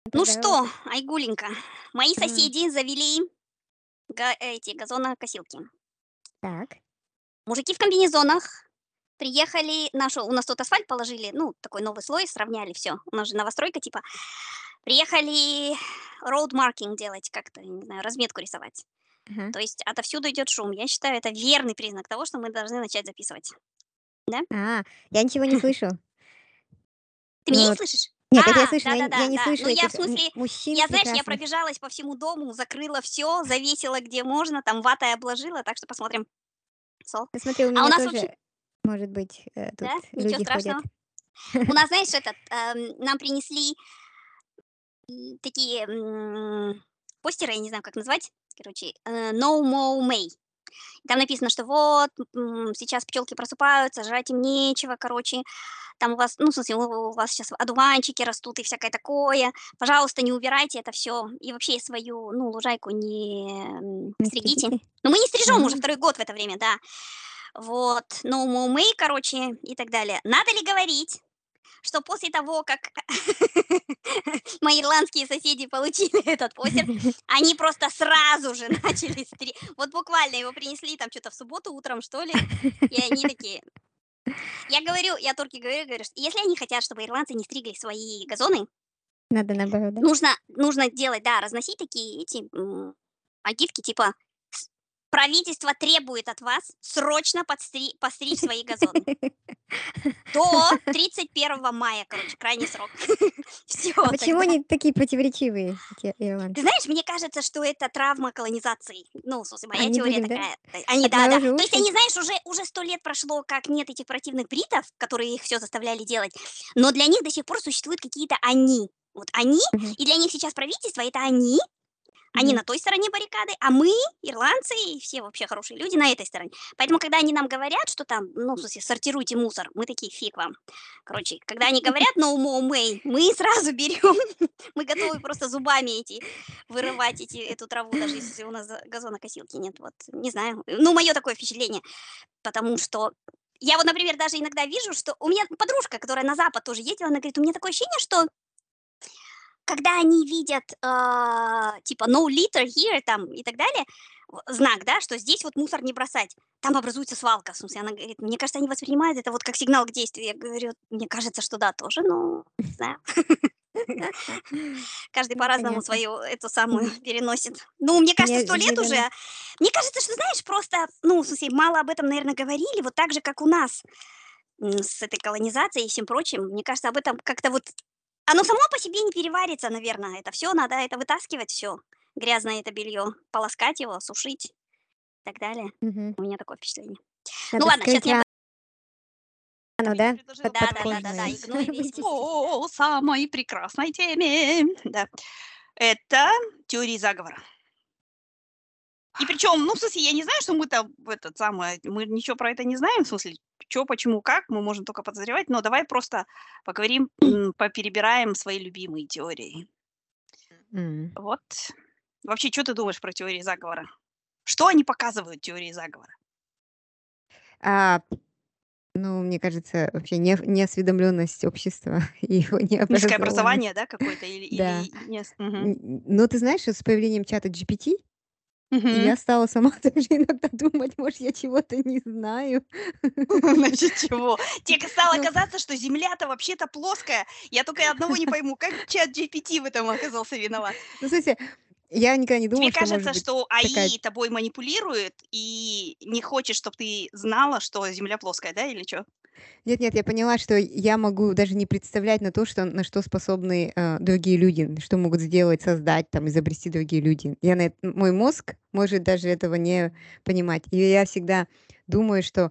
Ну что, Поздороваться. Айгуленька, мои А, соседи завели эти газонокосилки. так. Мужики в комбинезонах приехали, у нас тут асфальт положили, ну, такой новый слой, сравняли все. У нас же новостройка типа. Приехали road marking делать как-то, не знаю, разметку рисовать. Ага. То есть отовсюду идет шум. Я считаю, это верный признак того, что мы должны начать записывать. Да? Я ничего не слышу. Ты меня Ну не вот слышишь? нет, это я слышу, но я Да-да-да, не да. слышу Ну, я в этих смысле, мужчин я, знаешь, я прекрасных. пробежалась по всему дому, закрыла все, завесила где можно, там ватой обложила, так что посмотрим. Ну смотри, у А у меня нас вообще, тоже, может быть, тут да, ничего люди ходят. страшного. У нас, знаешь, нам принесли такие постеры, я не знаю, как назвать, короче, No Mo May. Там написано, что вот, сейчас пчелки просыпаются, жрать им нечего, короче, там у вас, ну, в смысле, у вас сейчас одуванчики растут и всякое такое. Пожалуйста, не убирайте это все. И вообще свою, ну, лужайку не Не стригите. стригите? Но мы не стрижем уже А, второй год в это время, да. Вот. No Mo May, короче, и так далее. Надо ли говорить, что после того, как мои ирландские соседи получили этот постер, они просто сразу же начали вот буквально его принесли там что то в субботу утром, что ли, и они такие. Я говорю, я турке говорю, что если они хотят, чтобы ирландцы не стригли свои газоны, Надо наоборот, да? нужно делать, да, разносить такие эти, агитки типа с правительство требует от вас срочно постричь свои газоны. До 31 мая, короче, крайний срок. Все А почему тогда. они такие противоречивые, эти Ты ирландцы? знаешь, мне кажется, что это травма колонизации. Ну, в смысле, А моя не теория будем, да? такая. Они, да-да. Отморожу То есть уши. они, знаешь, уже 100 лет прошло, как нет этих противных бритов, которые их все заставляли делать, но для них до сих пор существуют какие-то они. Вот они, Мгм, и для них сейчас правительство — это они мгм. на той стороне баррикады, а мы, ирландцы, и все вообще хорошие люди на этой стороне. Поэтому, когда они нам говорят, что там, ну, в смысле, сортируйте мусор, мы такие, фиг вам. Короче, когда они говорят no more may, мы сразу берем, мы готовы просто зубами вырывать эту траву, даже если у нас газонокосилки нет. Вот, не знаю. Ну, мое такое впечатление, потому что я вот, например, даже иногда вижу, что у меня подружка, которая на Запад тоже ездила, она говорит, у меня такое ощущение, что когда они видят, типа no litter here там и так далее, знак, да, что здесь вот мусор не бросать, там образуется свалка. В смысле, она говорит, мне кажется, они воспринимают это вот как сигнал к действию. Я говорю, мне кажется, что да, тоже, но не знаю. Каждый Ну, по-разному понятно. свою эту самую переносит. Ну, мне кажется, 100 лет уже. Неожиданно. Мне кажется, что, знаешь, просто, ну, в смысле, мало об этом, наверное, говорили, вот так же, как у нас с этой колонизацией и всем прочим. Мне кажется, об этом как-то вот оно само по себе не переварится, наверное. Это все надо это вытаскивать все грязное это белье, полоскать его, сушить и так далее. Мгм. У меня такое впечатление. Ну Надо ладно, сейчас вскрыть не об рану, этом. да, Да, под да-да-да-да-да, подкожную и гной весь вычистить. о самой прекрасной теме. Да. Это теории заговора. И причем, ну, в смысле, я не знаю, что мы там этот самый, мы ничего про это не знаем, в смысле, чё, почему, как, мы можем только подозревать, но давай просто поговорим, поперебираем свои любимые теории. М. Вот. Вообще, что ты думаешь про теории заговора? Что они показывают, теории заговора? А, ну, мне кажется, вообще неосведомленность общества и его Низкое необразованность. образование, да, какое-то или Да. или не с мгм. Но ты знаешь, вот с появлением чата GPT Мгм. я стала сама даже иногда думать, может, я чего-то не знаю. Значит, чего? Тебе стало Ну, казаться, что Земля-то вообще-то плоская. Я только одного не пойму, как ChatGPT в этом оказался виноват? ну, в смысле, я никогда не Тебе думала, что может кажется, быть что такая. АИ тобой манипулирует и не хочет, чтобы ты знала, что Земля плоская, да, или чё? Нет, я поняла, что я могу даже не представлять на что способны, другие люди, что могут сделать, создать, там, изобрести другие люди. Мой мозг может даже этого не понимать. И я всегда думаю, что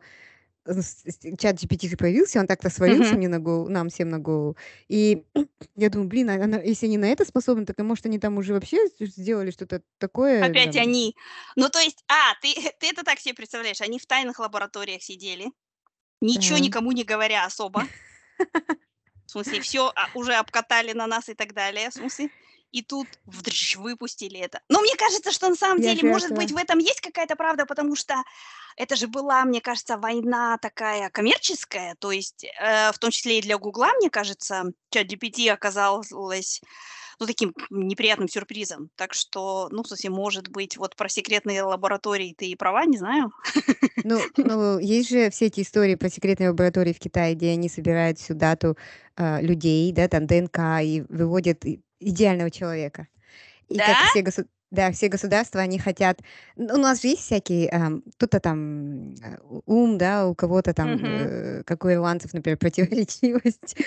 ChatGPT же появился, он так-то свалился Мгм. мне на голову, нам всем на голову. И я думаю, блин, если они на это способны, так, может, они там уже вообще сделали что-то такое, Опять там. они. Ну, то есть, ты ты это так себе представляешь, они в тайных лабораториях сидели, ничего Да. никому не говоря особо. В смысле, все уже обкатали на нас и так далее, в смысле. И тут выпустили это. Но мне кажется, что на самом Я деле, может быть, жертва. в этом есть какая-то правда, потому что это же была, мне кажется, война такая коммерческая, то есть, в том числе и для "Гугла", мне кажется, ChatGPT оказалась, ну, таким неприятным сюрпризом. Так что, ну, в смысле, может быть, вот про секретные лаборатории ты и права, не знаю. Ну, есть же все эти истории про секретные лаборатории в Китае, где они собирают всю дату, людей, да, там ДНК и выводят идеального человека. И как Да? все государства, они хотят. У нас же есть всякие, кто-то там, ум, да, у кого-то там, Мгм. как у ирландцев, например, противоречивость,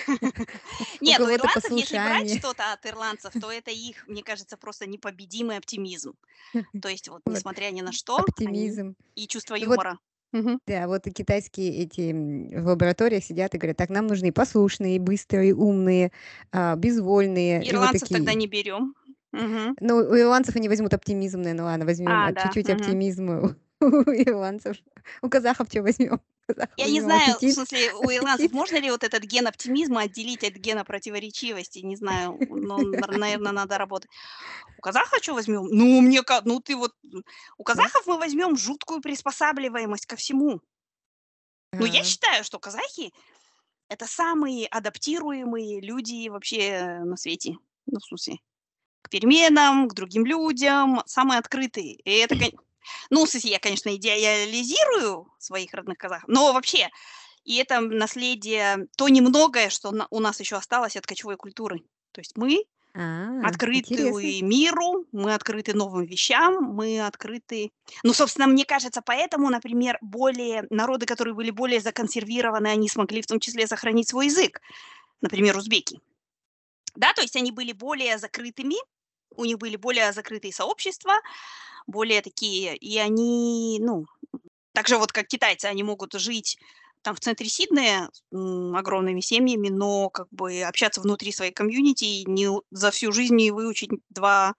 у Нет, у кого-то ирландцев, если брать послушание. что-то от ирландцев, то это их, мне кажется, просто непобедимый оптимизм. То есть вот, Вот, несмотря ни на что, они оптимизм. и чувство Ну вот, юмора. Мгм. да, вот и китайские эти, в лабораториях сидят и говорят: "Так, нам нужны послушные, быстрые, умные, безвольные". И вот Ирландцев тогда такие. не берем. Мгм. Ну, у ирландцев они возьмут оптимизм, наверно, ладно, возьмем, Да. чуть-чуть Мгм. оптимизма у ирландцев. У казахов чё возьмем? У казахов Я не возьмем знаю, в аппетит. смысле, у ирландцев Аппетит. можно ли вот этот ген оптимизма отделить от гена противоречивости? Не знаю, но, наверное, надо работать. У казаха что возьмем? Ну, ну ты вот, у Да? казахов мы возьмем жуткую приспосабливаемость ко всему. Ну, я А, считаю, что казахи — это самые адаптируемые люди вообще на свете. Ну, в смысле, к переменам, к другим людям, самые открытые. И это, ну, в смысле, я, конечно, идеализирую своих родных казахов, но вообще, и это наследие, то немногое, что у нас еще осталось от кочевой культуры. То есть мы открыты интересно. и миру, мы открыты новым вещам, мы открыты. Ну, собственно, мне кажется, поэтому, например, более народы, которые были более законсервированы, они смогли в том числе сохранить свой язык. Например, узбеки. Да, то есть они были более закрытыми, у них были более закрытые сообщества, более такие, и они, ну, так же вот как китайцы, они могут жить там в центре Сиднея, огромными семьями, но как бы общаться внутри своей комьюнити и за всю жизнь не выучить 2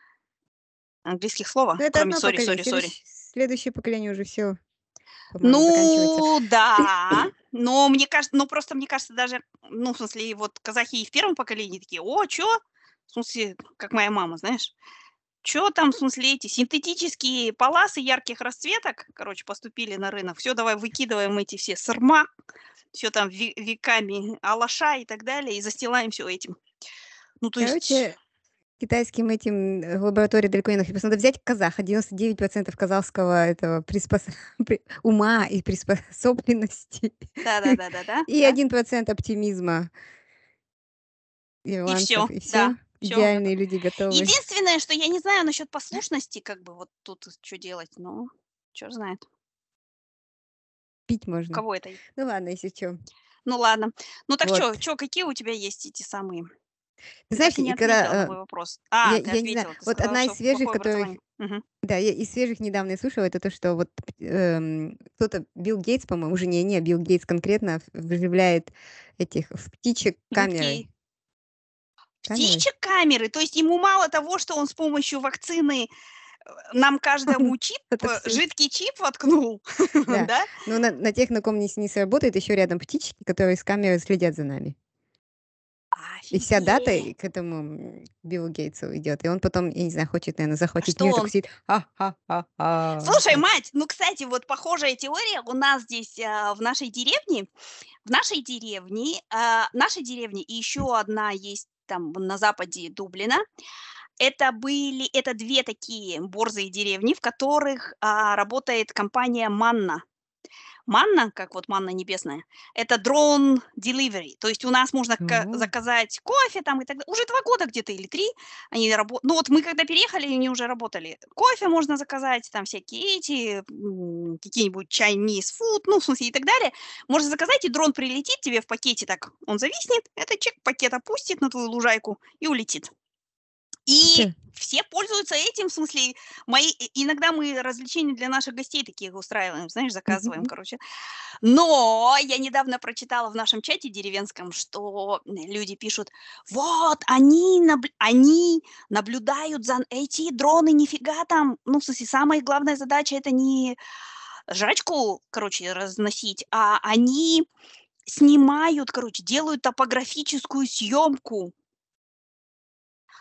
английских слова, Ну, это кроме одно сори, поколение. сори, сори. Следующее поколение уже все, по-моему, заканчивается. Ну да, но мне кажется, ну просто мне кажется даже, ну, в смысле, вот казахи и в первом поколении такие: "О, чё?" В смысле, как моя мама, знаешь: "Чё там, в смысле, эти синтетические палласы ярких расцветок, короче, поступили на рынок. Все, давай выкидываем эти все сырма, все там веками алаша и так далее, и застилаем все этим". Ну, то есть, Короче, китайским этим, в лаборатории далеко не находится. Надо взять казаха, 99% казахского этого ума и приспособленности, да-да-да-да-да, и да. 1% оптимизма И все, ирландцев, и да, все. все Идеальные готово. люди готовы. Единственное, что я не знаю насчет послушности, как бы вот тут что делать, но чёрт знает, Пить у можно. кого это. Ну ладно, если чё. Ну ладно. Ну так Вот. чё, какие у тебя есть эти самые. Ты Ты знаешь, так и не и ответила на когда, мой вопрос. я Ты не знаю, ответила. Ты вот сказала, одна из что свежих, плохое которых. образование. Мгм. Да, я из свежих недавно я слушала, это то, что вот, кто-то, Билл Гейтс, по-моему, уже не Билл Гейтс конкретно, выживляет этих в птичек камерой. Гудки. Камерой? Птичьи камеры. То есть ему мало того, что он с помощью вакцины, нам каждому чип, Отовсюду. жидкий чип воткнул, Да. да? Но на тех, на ком не сработает, еще рядом птички, которые с камерой следят за нами. И вся дата Офигеть! к этому, Биллу Гейтсу идет. И он потом, я не знаю, хочет, наверно, А захватить что мир, такой он? сидит: "Ха-ха-ха-ха". Слушай, Вот. мать, ну, кстати, вот похожая теория у нас здесь, в нашей деревне. Нашей деревне и еще одна есть там на западе Дублина. Это 2 такие борзые деревни, в которых, работает компания "Манна". Манна, как вот манна небесная, это дрон delivery. То есть у нас можно О, заказать кофе там и так далее. Уже 2 года где-то или 3 они ну вот мы когда переехали, они уже работали. Кофе можно заказать, там всякие эти, какие-нибудь Chinese food, ну, в смысле и так далее. Можно заказать, и дрон прилетит тебе в пакете так, он зависнет, этот чек пакет опустит на твою лужайку и улетит. И супер. все пользуются этим, в смысле, иногда мы развлечения для наших гостей такие устраиваем, знаешь, заказываем, Мгм. короче. Но я недавно прочитала в нашем чате деревенском, что люди пишут: "Вот они наблюдают за эти дроны, нифига там". Ну, в смысле, самая главная задача — это не жрачку, короче, разносить, а они снимают, короче, делают топографическую съемку.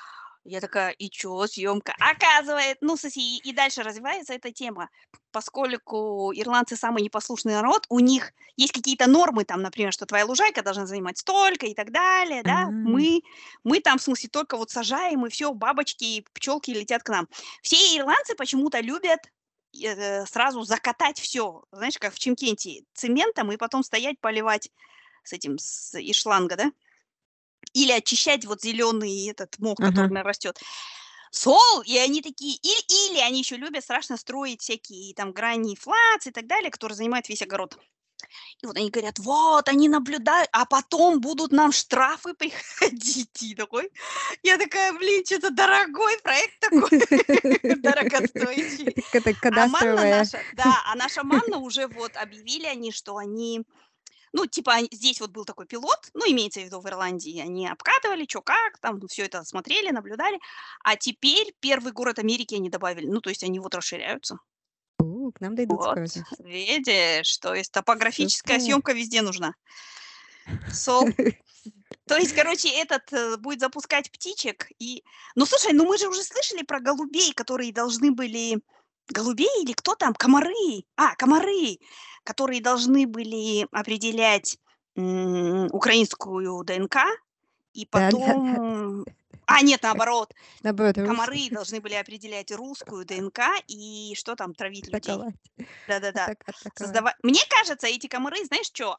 Я такая: "И чё, съемка?" Оказывает ну, в смысле, и дальше развивается эта тема. Поскольку ирландцы самый непослушный народ, у них есть какие-то нормы, там, например, что твоя лужайка должна занимать столько и так далее, А, да. Мы там, в смысле, только вот сажаем, и все, бабочки и пчелки летят к нам. Все ирландцы почему-то любят, сразу закатать все, знаешь, как в Чимкенте, цементом и потом стоять, поливать с этим, из шланга, да. Или очищать вот зеленый этот мох, который ага. у меня растет. Сол, и они такие, или они еще любят страшно строить всякие там грани флац и так далее, которые занимают весь огород. И вот они говорят: "Вот, они наблюдают, а потом будут нам штрафы приходить". И такой я такая: "Блин, что то дорогой проект такой, дорогостоящий". Это А манна кадастровая. наша да, а наша манна уже вот объявили они, что они ну, типа, здесь вот был такой пилот, ну, имеется в виду в Ирландии, они обкатывали, чё как, там все это смотрели, наблюдали. А теперь первый город Америки они добавили. Ну, то есть они вот расширяются. К нам дойдут Вот, скоро, значит. видишь, то есть топографическая Супер. съемка везде нужна. So, то есть, короче, этот, будет запускать птичек и ну, слушай, ну мы же уже слышали про голубей, которые должны были голубей или кто там? Комары! Комары, которые должны были определять, украинскую ДНК, и Да-да-да. потом нет, наоборот, Наоборот, русскую комары должны были определять русскую ДНК и что там, травить людей. атаковать. Да-да-да. Атаковать. Создава Мне кажется, эти комары, знаешь что,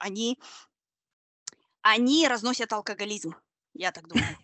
они разносят алкоголизм, я так думаю.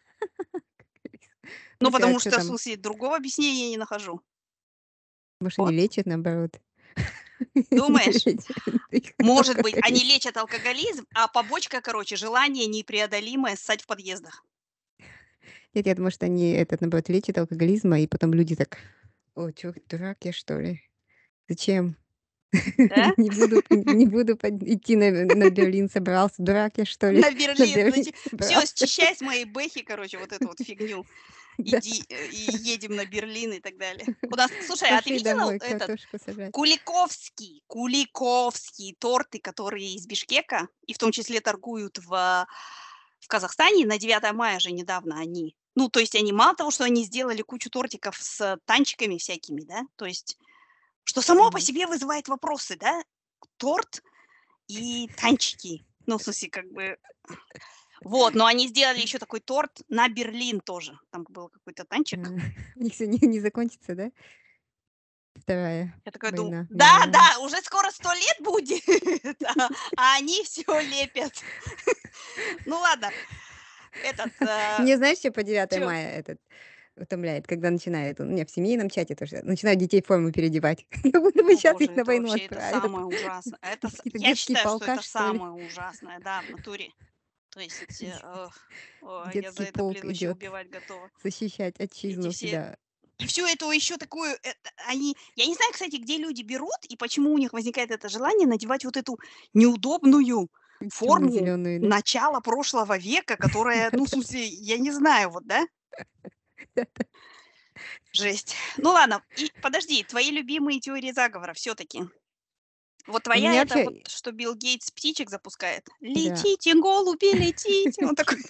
В Ну, смысле, а потому чё что, в там? смысле, другого объяснения я не нахожу. Может, они Вот. лечат, наоборот? Не Думаешь? лечат их Может быть, они алкоголизм. лечат алкоголизм, а побочка, короче, желание непреодолимое ссать в подъездах. Нет, я думаю, что они, этот, наоборот, лечат алкоголизм, и потом люди так: "О, чё, дурак я, что ли? Зачем? Да? Не буду идти на Берлин собрался. Дурак я, что ли? На На Берлин. Берлин Значит, всё, собрался". счищай с моей бэхи, короче, вот эту вот фигню. Да. Иди, и едем на Берлин и так далее. У нас слушай, а ты Пошли видела домой этот картошку сажать. куликовские торты, которые из Бишкека, и в том числе торгуют в Казахстане? На 9 мая же недавно они ну, то есть они мало того, что они сделали кучу тортиков с танчиками всякими, да, то есть, что само по Мгм. себе вызывает вопросы, да? Торт и танчики. Ну, в смысле, как бы вот, но они сделали еще такой торт на Берлин тоже. Там был какой-то А, танчик. у них всё не закончится, да? Вторая Я такая думаю: война мировая. "Да-да, уже скоро 100 лет будет, а они все лепят". Ну ладно, этот, Мне знаешь, что по 9 чё? мая этот утомляет, когда начинают, у меня в семейном чате тоже, начинают детей в форму переодевать. Как будто бы О щас их боже, на это войну вообще, это отправят. самое ужасное. Какие-то Я детские считаю, что полка, это что ли. самое ужасное, да, в натуре. То есть, ой, я за Детский это, полк блин, вообще идет убивать готова. защищать Эти отчизну, все да. и всё это еще такую, они я не знаю, кстати, где люди берут и почему у них возникает это желание надевать вот эту неудобную форму Темно-зеленую, да? начала прошлого века, которая, ну, в Да-да-да. смысле, я не знаю, вот, да? Да-да. Жесть. Ну ладно, и подожди, твои любимые теории заговора все таки вот У твоя меня это вот, вообще что Билл Гейтс птичек запускает? да. "Летите, голуби, летите!" Он такой.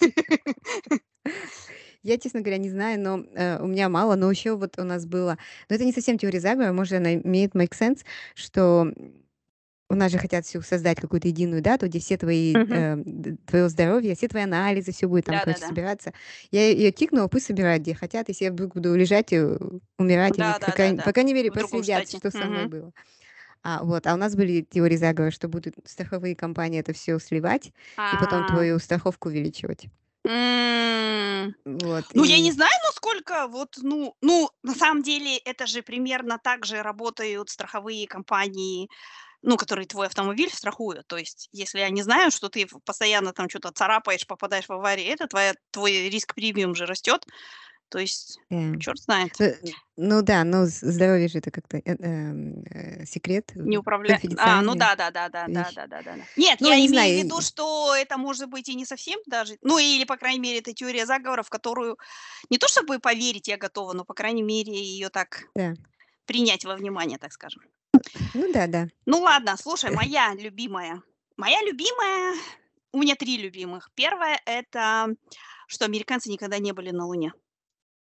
Я, честно говоря, не знаю, но, у меня мало, но еще вот у нас было но это не совсем теория заговора, может, она имеет make sense, что у нас же хотят всю создать какую-то единую дату, где все твои, Мгм. твоё здоровье, все твои анализы, все будет там, короче, Да-да-да. собираться. Я ее тикнула, пусть собирают, где хотят. Если я вдруг буду лежать, умирать, они, по Да-да-да-да. крайней мере, В другом проследят, штате. что со мной Мгм. было. А у нас были теории заговора, что будут страховые компании это все сливать и потом А. твою страховку увеличивать. М. Вот, Ну, я не и знаю, насколько вот, ну, на самом деле это же примерно так же работают страховые компании, ну, которые твой автомобиль страхуют. То есть, если они знают, что ты постоянно там что то царапаешь, попадаешь в аварии, это твой риск премиум же растет. То есть, да. черт знает, Ну да, но здоровье же это как-то, секрет, не управля ну конфиденциальная вещь. да-да-да-да-да-да-да-да. Нет, Ну, я не имею знаю, в виду, что это может быть и не совсем даже, ну, или, по крайней мере, это теория заговора, в которую не то чтобы поверить я готова, но, по крайней мере, ее так да. принять во внимание, так скажем. Ну да-да. Ну ладно, слушай, моя любимая. Моя любимая у меня 3 любимых. Первое это, что американцы никогда не были на Луне.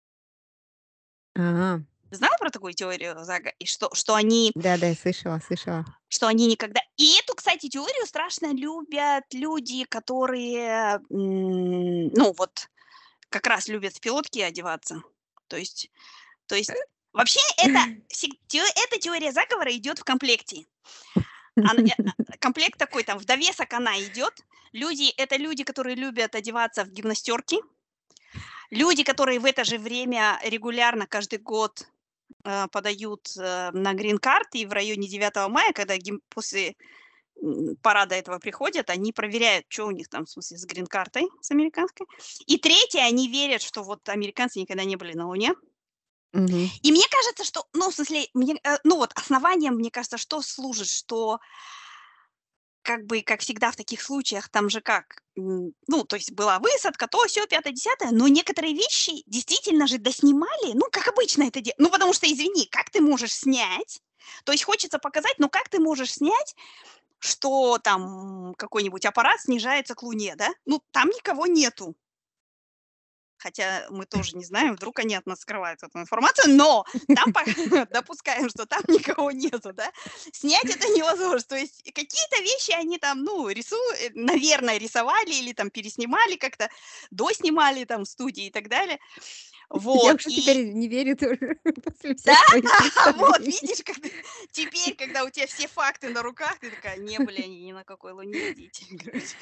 А, Ты знала про такую теорию И что они да-да, я слышала. никогда. И эту, кстати, теорию страшно любят люди, которые, ну, вот как раз любят в пилотки одеваться. То есть то есть вообще эта теория заговора идет в комплекте. Комплект такой, там в довесок она идет. Это люди, которые любят одеваться в гимнастерки, люди, которые в это же время регулярно каждый год, подают, на грин-карт, и в районе 9 мая, когда после, парада этого приходят, они проверяют, что у них там, в смысле, с грин-картой, с американской. И третье, они верят, что вот американцы никогда не были на Луне. Мгм. И мне кажется, что, ну, в смысле, ну, вот основанием, мне кажется, что служит, что как бы, как всегда в таких случаях, там же как, ну, то есть была высадка, то, сё, пятое, десятое, но некоторые вещи действительно же доснимали, ну, как обычно это ну, потому что, извини, как ты можешь снять? То есть хочется показать, но как ты можешь снять, что там какой-нибудь аппарат снижается к Луне, да? Ну, там никого нету. Хотя мы тоже не знаем, вдруг они от нас скрывают эту информацию, но там допускаем, что там никого нету, да. Снять это невозможно. То есть какие-то вещи они там, ну, наверное, рисовали или там переснимали как-то, доснимали там в студии и так далее. Я Вот. уже теперь не верю тоже после Да, всех твоих вот представлений. видишь, теперь, когда у тебя все факты на руках, ты такая: "Не были они ни на какой Луне, идите". Короче.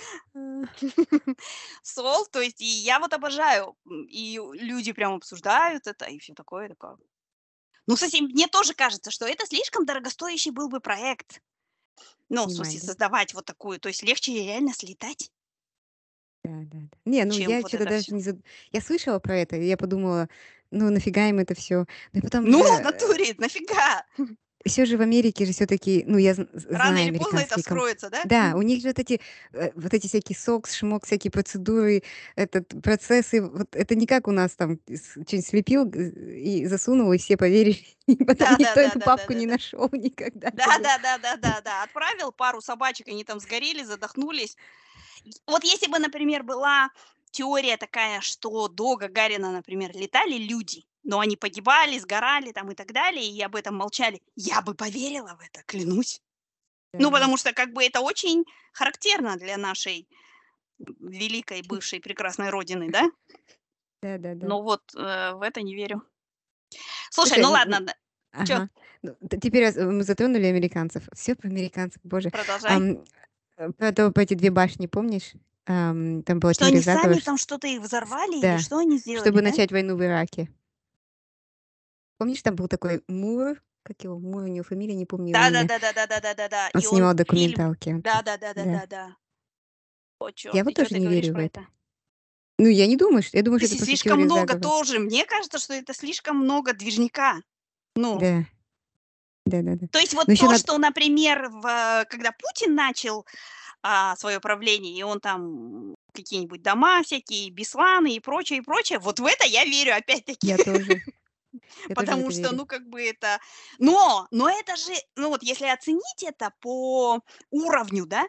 То есть и я вот обожаю, и люди прям обсуждают это и все такое. Такое. Ну, кстати, мне тоже кажется, что это слишком дорогостоящий был бы проект. Ну, в Понимаю, смысле, да? создавать вот такую. То есть легче реально слетать, Да-да-да. Не, ну чем я вот что то это даже все. не зад я слышала про это, и я подумала: "Ну, нафига им это все?" Ну и потом Ну, же, в натуре, нафига? всё же в Америке же все таки ну, я Рано знаю или поздно это американские вскроется, да? да, у них же вот эти всякие сокс, шмок, всякие процедуры, этот процессы, вот это не как у нас там что-нибудь слепил и засунул, и все поверили, и потом никто эту папку не Да-да-да-да-да-да-да. нашел никогда. Это же Да-да-да-да-да-да. Отправил пару собачек, они там сгорели, задохнулись. Вот если бы, например, была теория такая, что до Гагарина, например, летали люди, но они погибали, сгорали там и так далее, и об этом молчали, я бы поверила в это, клянусь. Ну, да-да. потому что как бы это очень характерно для нашей великой, бывшей, прекрасной родины, да? Да-да-да. Но вот в это не верю. Слушай, Слушай, ну ладно, чё, ага. Ну, теперь мы затронули американцев. Все про американцев, боже. продолжай. Ам, про эти 2 башни, помнишь? Там была Что теория они заговора, сами там что-то их взорвали или да, что они сделали, чтобы да? начать войну в Ираке. Помнишь, там был такой Мур, как его, Мур, у него фамилия, не помню его имя. Да-да-да-да-да-да-да-да-да. Он И он снимал фильм. документалки. Да. Да-да-да-да-да-да. О, Я черт, вот и чё тоже ты не говоришь верю в про это. это? Ну, я думаю, То что это есть просто слишком теория много заговора. тоже. Мне кажется, что это слишком много движняка. Ну, Да, да-да-да. то есть вот Но еще то, надо что, например, когда Путин начал свое правление, и он там какие-нибудь дома всякие, Бесланы и прочее, вот в это я верю опять-таки. я тоже я тоже в Потому это что, верю. ну, как бы это. Но это же, ну вот если оценить это по уровню, да,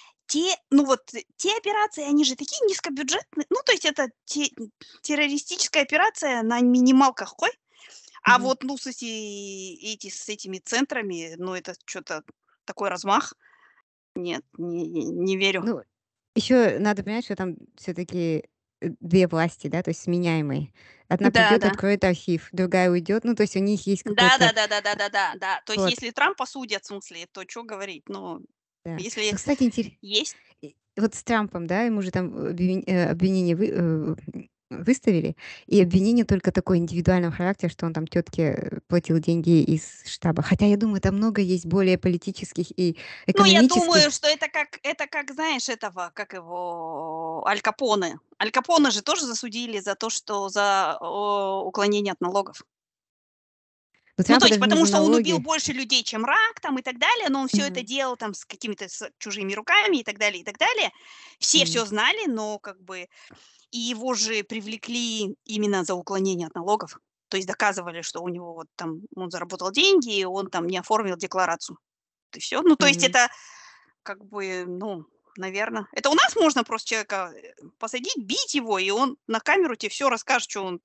те операции, они же такие низкобюджетные. Ну, то есть это террористическая операция на минималках. А Мгм. вот, ну, с этими центрами, ну, это что то такой размах. Нет, не верю. Ну, еще надо понять, что там все-таки 2 власти, да, то есть сменяемые. Одна придет, Да-да. откроет архив, другая уйдет. Ну, то есть у них есть какой-то Да-да-да-да-да-да-да-да. То есть вот, если Трампа судят, в смысле, то что говорить? Ну, да. если Ну, кстати, есть. вот с Трампом, да, ему же там обвинение выставили, и обвинение только такое индивидуального характера, что он там тетке платил деньги из штаба. Хотя я думаю, там много есть более политических и Ну, я экономических. думаю, что это как, знаешь, этого, как его, Аль Капоне. Аль Капоне же тоже засудили за то, что уклонение от налогов. Но Ну, то Трампа есть даже не потому за что он убил налоги. больше людей, чем рак там и так далее, но он все это Мгм. делал там с какими-то чужими руками и так далее, и так далее. Все М. знали, но как бы и его же привлекли именно за уклонение от налогов. То есть доказывали, что у него вот там он заработал деньги, и он там не оформил декларацию. И все. Ну, то есть Мгм. это как бы, ну, наверно. Это у нас можно просто человека, посадить, бить его, и он на камеру тебе все расскажет, что он там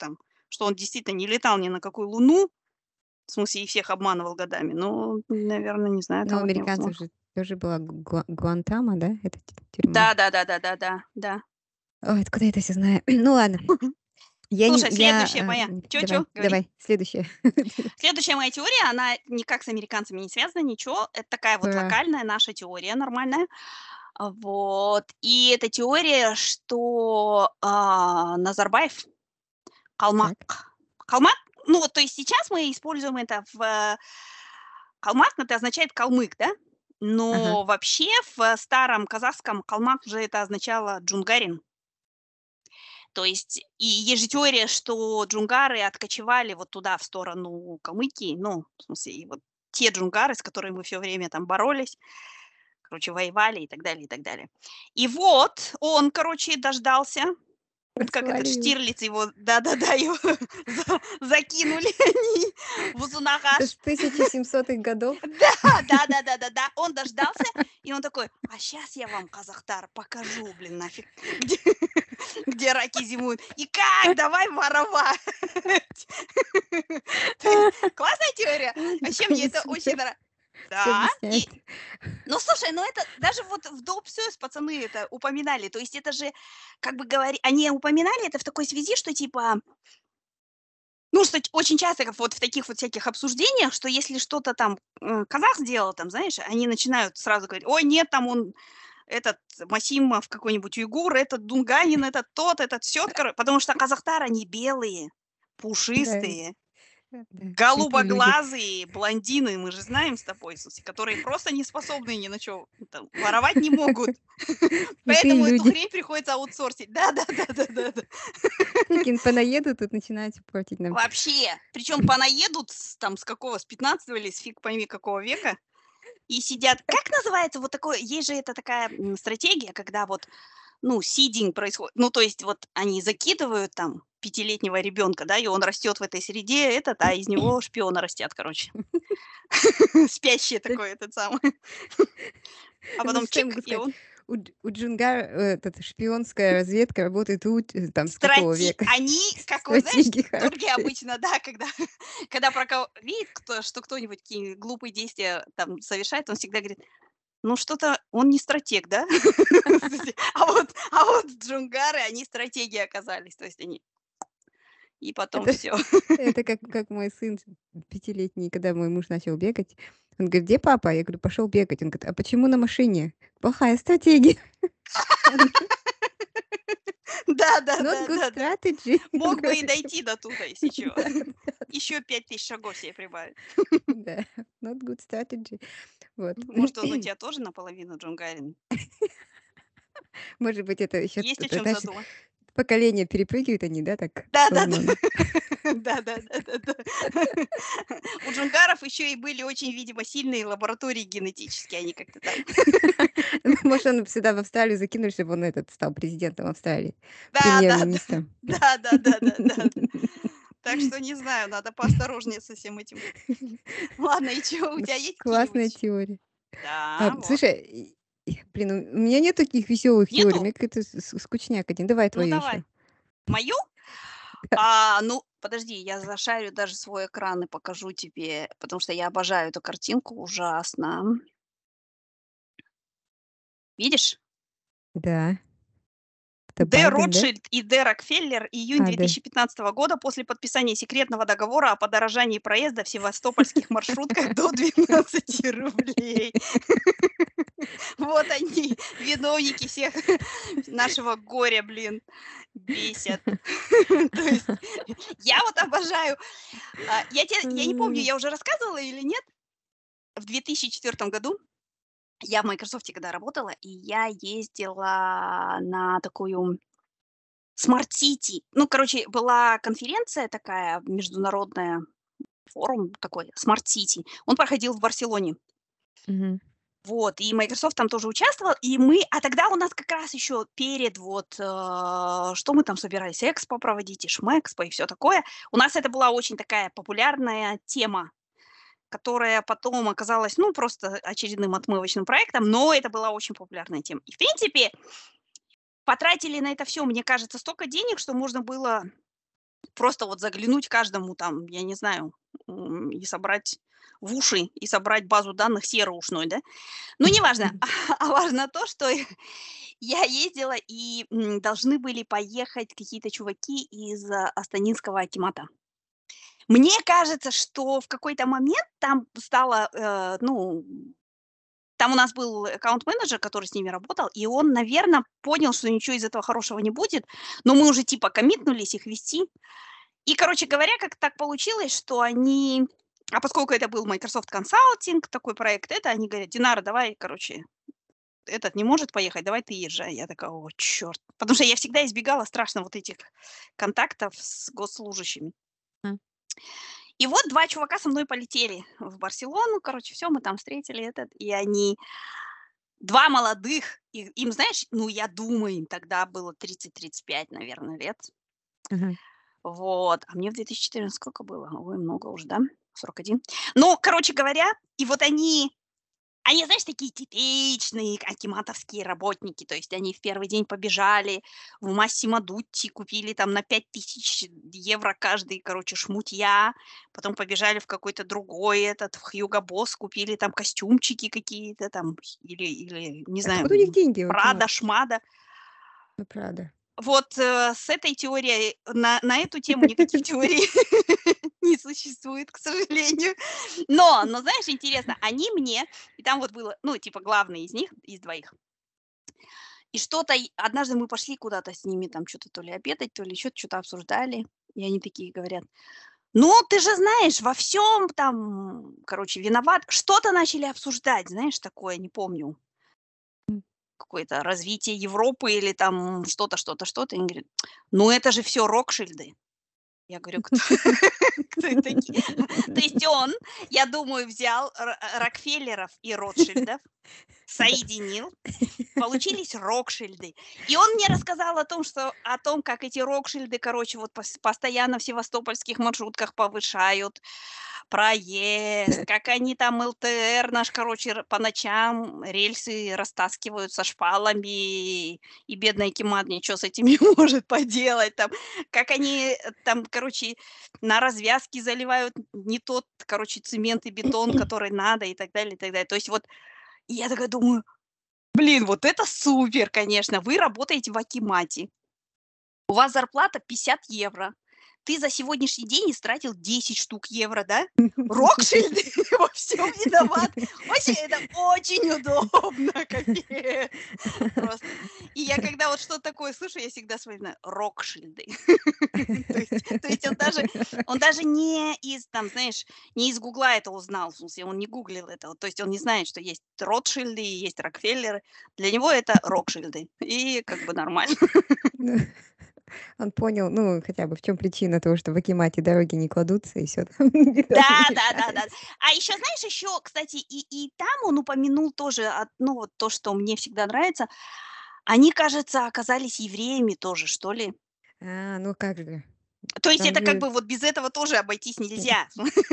что он действительно не летал ни на какую Луну, в смысле, и всех обманывал годами. Ну, наверное, не знаю, Но у это вот американцев невозможно. же тоже была Гуантамо, да? Это тюрьма. Да. Ой, откуда я это все знаю? Ну ладно. Слушай, следующая моя. Давай, Чё, говори. давай, следующее. Следующая моя теория, она никак с американцами не связана, ничего. Это такая вот Ура. локальная наша теория нормальная. Вот. И эта теория, что Назарбаев калмак. Так. Калмак, ну вот, то есть сейчас мы используем это в калмак, это означает калмык, да? Ага. Но вообще в старом казахском калмак же это означало джунгарин. То есть, и есть же теория, что джунгары откочевали вот туда, в сторону Калмыкии, ну, в смысле, и вот те джунгары, с которыми мы все время там боролись, короче, воевали и так далее, и так далее. И вот он, короче, дождался, как это, Свалил. Штирлиц его, да-да-да, его закинули они в Это Узунагаш. с 1700-х годов. Да, он дождался, и он такой, а сейчас я вам, казахтар, покажу, блин, нафиг, где раки зимуют. И как, давай воровать. То есть классная теория. Вообще мне это очень нравится. Все Да, объясняет. ну, слушай, ну это даже вот в Dope Suez пацаны это упоминали. То есть это же, как бы говори, они упоминали это в такой связи, что типа, ну, что очень часто как вот в таких вот всяких обсуждениях, что если что-то там казах сделал, там, знаешь, они начинают сразу говорить, ой, нет, там он, этот Масимов какой-нибудь уйгур, этот Дунганин, этот тот, этот сё, потому что казахтар, они белые, Да, пушистые, да, светлые люди. голубоглазые блондины, мы же знаем с тобой, Суси, которые просто не способны ни на чё воровать не могут. Святые Поэтому эту люди. хрень приходится аутсорсить. Да. Такие понаедут, тут начинают портить нам. Вообще. Причем понаедут с какого, с 15 или с фиг пойми какого века, и сидят. Как называется вот такое? Есть же это такая стратегия, когда вот, ну, сидинг происходит. Ну, то есть вот они закидывают там пятилетнего ребенка, да, и он растет в этой среде, а из него шпионы растят, короче. Спящий такой этот самый. А Ну, потом что я чик, могу и сказать? он У Джунгар шпионская разведка работает там с какого века? Они, как вот, знаешь, Стратегии турки хорошие. обычно, да, когда про кого видит, что кто-нибудь какие глупые действия там совершает, он всегда говорит, ну что-то он не стратег, да? А вот джунгары, они стратеги оказались, то есть они и потом Это, все. это как мой сын 5-летний, когда мой муж начал бегать. Он говорит, где папа? Я говорю, пошел бегать. Он говорит, а почему на машине? Плохая стратегия. Да. Not good strategy. Мог бы и Короче, дойти до туда, если чё. да, Еще 5000 шагов себе прибавить. да, not good strategy. Вот. Может, он у тебя тоже наполовину джунгарин? Может быть, это еще, Есть о чем знаешь, задумать? поколение перепрыгивают они, да, так Да. возможно. Да. У джунгаров еще и были очень, видимо, сильные лаборатории генетические, они как-то там. Может, он сюда в Австралию закинули, чтобы он стал президентом Австралии, Да. премьер-министром. Да. Так что не знаю, надо поосторожнее со всем этим быть. Ладно, и чё, у тебя есть Классная какие-нибудь? теория. Да, вот. Слушай, блин, у меня нет таких веселых теорий, у Нету? меня какой-то скучняк один. Давай Ну, твою давай. еще. Мою? Ну, подожди, я зашарю даже свой экран и покажу тебе, потому что я обожаю эту картинку ужасно. Видишь? Да. Это Д. Байден, да? Ротшильд и Д. Рокфеллер, июнь Да. 2015 года, после подписания секретного договора о подорожании проезда в севастопольских маршрутках до 12 рублей. Вот они, виновники всех нашего горя, блин, бесят. То есть я вот обожаю. Я не помню, я уже рассказывала или нет. В 2004 году я в Microsoft когда работала, и я ездила на такую Smart City. Ну, короче, была конференция такая международная, форум такой Smart City. Он проходил в Барселоне. Мгм. Вот, и Microsoft там тоже участвовал, а тогда у нас как раз еще перед что мы там собирались, Экспо проводить, и Шмэкспо, и все такое. У нас это была очень такая популярная тема, которая потом оказалась, ну, просто очередным отмывочным проектом, но это была очень популярная тема. И, в принципе, потратили на это все, мне кажется, столько денег, что можно было просто вот заглянуть каждому там, я не знаю, и собрать в уши, и собрать базу данных сероушной, да. Ну, неважно, а важно то, что я ездила, и, должны были поехать какие-то чуваки из, астанинского акимата. Мне кажется, что в какой-то момент там стало, ну, там у нас был аккаунт-менеджер, который с ними работал, и он, наверно, понял, что ничего из этого хорошего не будет, но мы уже типа коммитнулись их вести. И, короче говоря, как так получилось, что они поскольку это был Microsoft Consulting, такой проект, это они говорят: "Динара, давай, короче, этот не может поехать, давай ты езжай". Я такая: "О, чёрт". Потому что я всегда избегала страшно вот этих контактов с госслужащими. М. И вот 2 чувака со мной полетели в Барселону. Короче, всё, мы там встретили и они 2 молодых, им, знаешь, ну, я думаю, им тогда было 30-35, наверно, лет. Мгм. Вот, а мне в 2014 сколько было? Ой, много уже, да? 41. Ну, короче говоря, и вот они, знаешь, такие типичные акиматовские работники. То есть они в первый день побежали в Massimo Dutti, купили там на 5000 евро каждый, короче, шмутья. Потом побежали в какой-то другой в Hugo Boss, купили там костюмчики какие-то там или не знаю, Откуда у них деньги у Прада, акиматов? Шмада. Ну, правда. Вот, с этой теорией на эту тему никаких теорий не существует, к сожалению. Но знаешь, интересно, они мне и там вот было, ну, типа, главный из них, из двоих. И что-то однажды мы пошли куда-то с ними там чё-то то ли обедать, то ли еще чё-то обсуждали, и они такие говорят: "Ну, ты же знаешь, во всем там, короче, виноват". Что-то начали обсуждать, знаешь, такое, не помню. М. Какое-то развитие Европы или там что-то, что-то, что-то. И они говорят: "Ну, это же все Ротшильды". Я говорю: "Кто кто это такие?" То есть он, я думаю, взял Рокфеллеров и Ротшильдов, Да. соединил, получились Рокшильды. И он мне рассказал о том, как эти Рокшильды, короче, вот постоянно в севастопольских маршрутках повышают проезд, как они там ЛТР наш, короче, по ночам рельсы растаскивают со шпалами, и бедная Кимат ничего с этим не может поделать. Там, как они там, короче, на развязке заливают не тот, короче, цемент и бетон, который надо, и так далее, и так далее. То есть вот и я такая думаю: "Блин, вот это супер, конечно! Вы работаете в акимате. У вас зарплата 50 евро. Ты за сегодняшний день истратил 10 штук евро, да? Рокшильды во всем виноват". Вообще, это очень удобно, капец просто. И я когда вот что-то такое слышу, я всегда вспоминаю Рокшильды. То есть он даже не из там, знаешь, не из "Гугла" это узнал, в смысле, он не гуглил этого. То есть он не знает, что есть Ротшильды и есть Рокфеллеры. Для него это Рокшильды. И как бы нормально. Ну, он понял, ну, хотя бы в чем причина того, что в акимате дороги не кладутся и все там бетон Да, да-да-да. мешается. А еще, знаешь, еще, кстати, и там он упомянул тоже, ну, вот то, что мне всегда нравится. Они, кажется, оказались евреями тоже, что ли. Ну как же, То есть там это как же бы вот без этого тоже обойтись нельзя.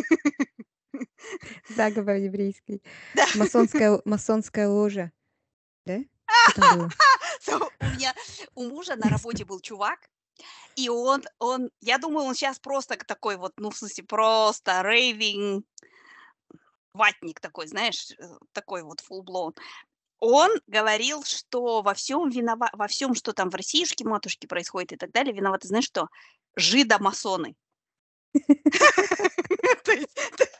заговор еврейский, Да. масонская ложа, да? Что там было? У мужа на работе был чувак, и я думаю, он сейчас просто такой вот, ну, в смысле, просто рейвing ватник такой, знаешь, такой вот full blown. Он говорил, что во всем, что там в Россиюшке матушке происходит и так далее, виноваты, знаешь что? Жидомасоны. То есть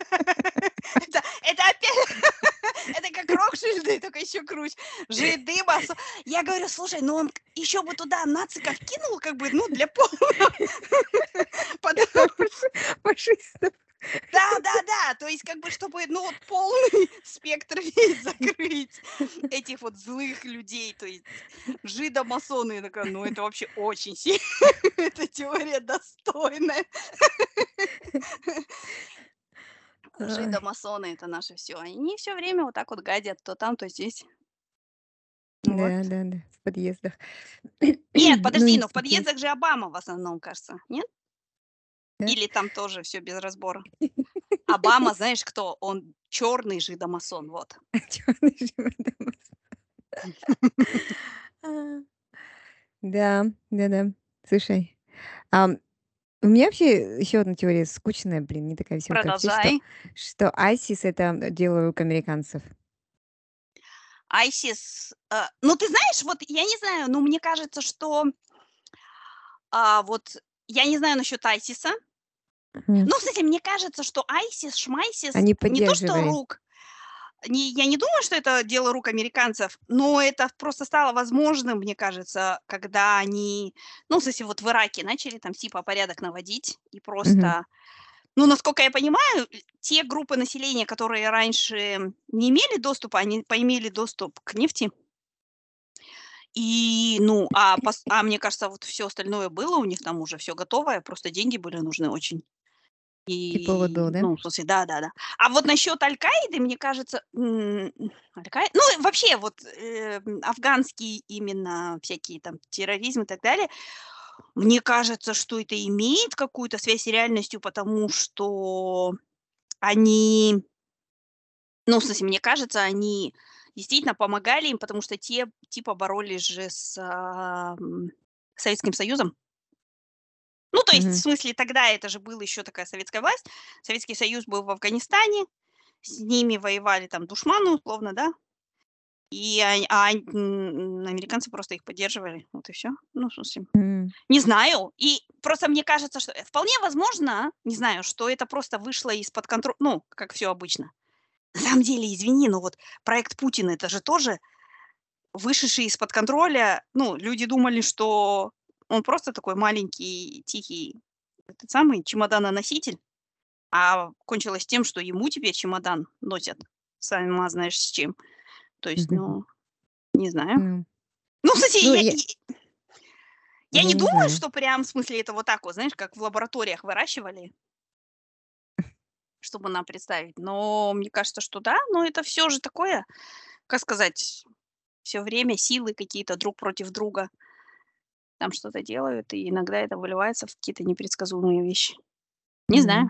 это опять это как Рокшильды, только еще круче. Жиды, Я говорю: "Слушай, ну он еще бы туда нациков кинул, как бы, ну, для полного". Потом Фашистов. да-да-да, то есть как бы чтобы, ну, вот полный спектр весь закрыть этих вот злых людей, то есть жидомасоны. Я такая: "Ну, это вообще очень сильно, эта теория достойная". Ай, Жидомасоны — это наше все. Они все время вот так вот гадят то там, то здесь. Вот. да-да-да, в подъездах. Нет, Ну, подожди, но в интересно. подъездах же Обама в основном, кажется, нет? Да? Или там тоже все без разбора? Обама, знаешь кто? Он черный жидомасон, вот. Чёрный живодомос. А, да, да-да. Слушай, ам У меня вообще еще одна теория скучная, блин, не такая веселая, как все, что, Продолжай. что ISIS это дело рук американцев. ISIS. Ну, ты знаешь, вот я не знаю, но мне кажется, что вот я не знаю насчет ISIS. Мгм. Ну, в смысле, мне кажется, что ISIS, шмайсис Они не то что поддерживали. рук, я не думаю, что это дело рук американцев, но это просто стало возможным, мне кажется, когда они, ну, в смысле, вот в Ираке начали там типа порядок наводить и Мгм. просто, ну, насколько я понимаю, те группы населения, которые раньше не имели доступа, они поимели доступ к нефти. И, ну, мне кажется, вот все остальное было у них там уже все готовое, просто деньги были нужны очень. Типа вот И, до, да? ну, в смысле, да-да-да. А вот насчет Аль-Каиды, мне кажется, ну, и вообще, вот, афганский именно всякие там терроризм и так далее, мне кажется, что это имеет какую-то связь с реальностью, потому что они, ну, в смысле, мне кажется, они действительно помогали им, потому что те типа боролись же с, Советским Союзом. Ну, то есть, в Мгм. смысле, тогда это же была еще такая советская власть. Советский Союз был в Афганистане, с ними воевали там душманы, условно, да, и американцы просто их поддерживали. Вот и все. Ну, в смысле, М. не знаю. И просто мне кажется, что вполне возможно, не знаю, что это просто вышло из-под контроля, ну, как все обычно. На самом деле, извини, но вот проект Путина — это же тоже вышедший из-под контроля. Ну, люди думали, что он просто такой маленький, тихий, этот самый чемоданоноситель, а кончилось тем, что ему теперь чемодан носят сама знаешь с чем. То есть, Мгм. ну, не знаю. Ну, Ну, кстати, ну, я я не не думаю, знаю. что прям, в смысле, это вот так вот, знаешь, как в лабораториях выращивали, чтобы нам представить. Но мне кажется, что да, но это все же такое, как сказать, все время силы какие-то друг против друга там что-то делают, и иногда это выливается в какие-то непредсказуемые вещи. Не знаю. Мгм.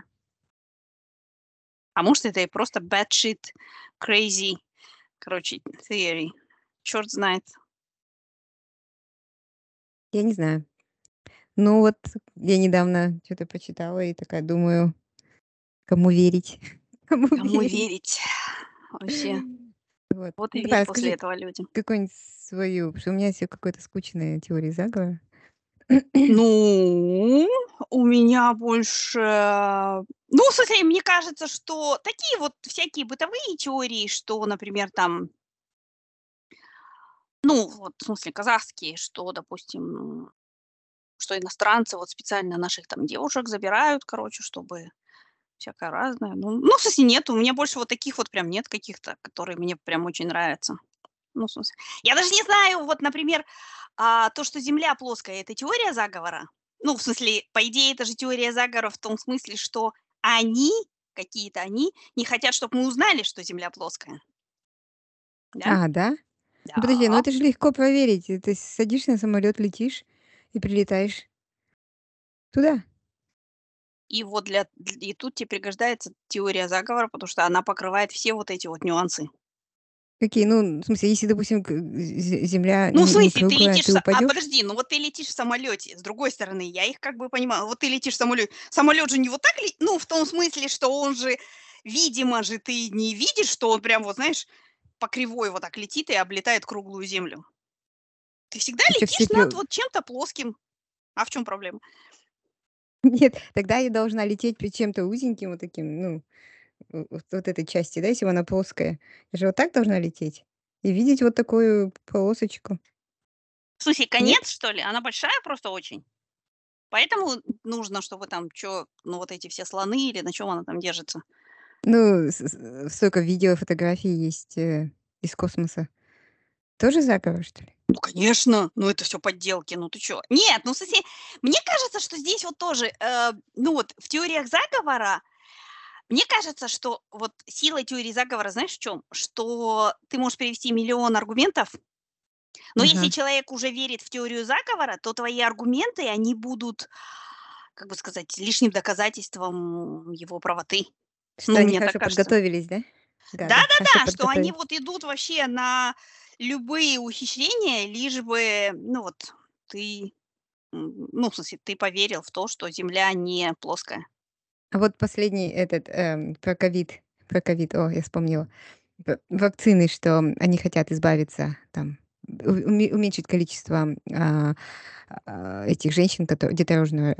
А может, это и просто bad shit, crazy, короче, theory. Черт знает. Я не знаю. Ну вот я недавно что то почитала и такая думаю, кому верить? Кому Кому верить? верить? Вообще. Вот. Вот Ну и давай верь после расскажи этого людям. какую-нибудь свою, потому что у меня всё какой-то скучная теория заговора. Ну, у меня больше, ну, в смысле, мне кажется, что такие вот всякие бытовые теории, что, например, там, ну, вот, в смысле, казахские, что, допустим, что иностранцы вот специально наших там девушек забирают, короче, чтобы всякое разное. Ну, в смысле, нет, у меня больше вот таких вот прям нет каких-то, которые мне прям очень нравятся. Ну, в смысле, я даже не знаю, вот, например, то, что Земля плоская — это теория заговора? Ну, в смысле, по идее, это же теория заговора в том смысле, что они, какие-то они, не хотят, чтобы мы узнали, что Земля плоская. Да? А, да? Ну подожди, ну Да. это же легко проверить. Ты садишься на самолет, летишь и прилетаешь туда. И вот и тут тебе пригождается теория заговора, потому что она покрывает все вот эти вот нюансы. Какие? Ну, в смысле, если, допустим, Земля Ну, в не смысле, ты круглая, летишь, ты упадешь? подожди, ну вот ты летишь в самолете. С другой стороны, я их как бы понимаю. Вот ты летишь в самолете. Самолет же не вот так, ну, в том смысле, что он же, видимо же, ты не видишь, что он прям вот, знаешь, по кривой вот так летит и облетает круглую землю. Ты всегда А чё, все летишь над пил вот чем-то плоским. А в чем проблема? Нет, тогда я должна лететь при чем-то узеньким вот таким, ну, вот этой части, да, если она плоская. Я же вот так должна лететь и видеть вот такую полосочку. В смысле, Нет? конец, что ли? Она большая просто очень. Поэтому нужно, чтобы там ну вот эти все слоны или на чем она там держится. Ну, столько видео, фотографий есть, из космоса. Тоже заговор, что ли? Ну, конечно, ну это все подделки, ну ты чё? Нет, ну, в смысле, мне кажется, что здесь вот тоже, ну вот в теориях заговора, мне кажется, что вот сила теории заговора, знаешь, в чем? Что ты можешь привести миллион аргументов, но если Ага. человек уже верит в теорию заговора, то твои аргументы, они будут, как бы сказать, лишним доказательством его правоты. Что Ну, они мне так хорошо кажется. подготовились, да? Гады, хорошо Да-да-да, что они подготовились. вот идут вообще на любые ухищрения, лишь бы, ну вот, ты ну, в смысле, ты поверил в то, что Земля не плоская. А вот последний этот, про ковид, о, я вспомнила. Вакцины, что они хотят избавиться, там, уменьшить количество, этих женщин, которые деторожного